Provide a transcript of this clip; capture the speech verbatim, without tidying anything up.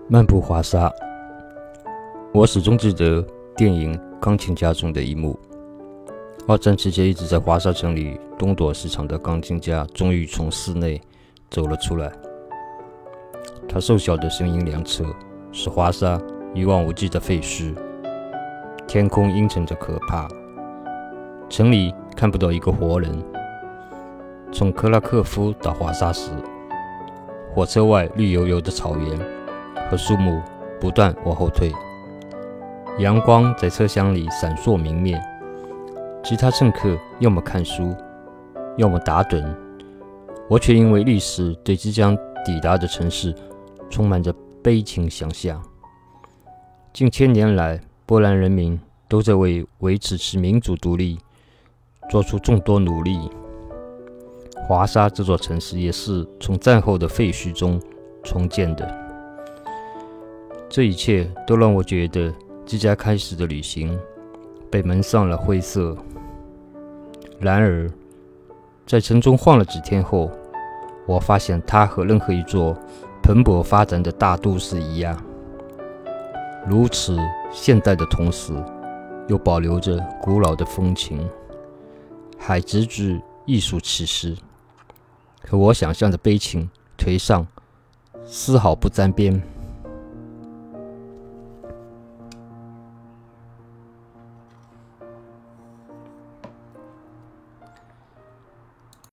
漫步华沙，我始终记得电影《钢琴家》中的一幕。二战期间一直在华沙城里东躲西藏的钢琴家，终于从室内走了出来。他瘦小的身影两侧是华沙一望无际的废墟，天空阴沉着可怕，城里看不到一个活人。从克拉科夫到华沙时，火车外绿油油的草原和树木不断往后退，阳光在车厢里闪烁明灭。其他乘客要么看书，要么打盹，我却因为历史对即将抵达的城市充满着悲情想象。近千年来，波兰人民都在为维持其民主独立做出众多努力。华沙这座城市也是从战后的废墟中重建的。这一切都让我觉得即将开始的旅行被蒙上了灰色。然而，在城中晃了几天后，我发现它和任何一座蓬勃发展的大都市一样，如此现代的同时，又保留着古老的风情，还极具艺术气息，和我想象的悲情颓丧丝毫不沾边。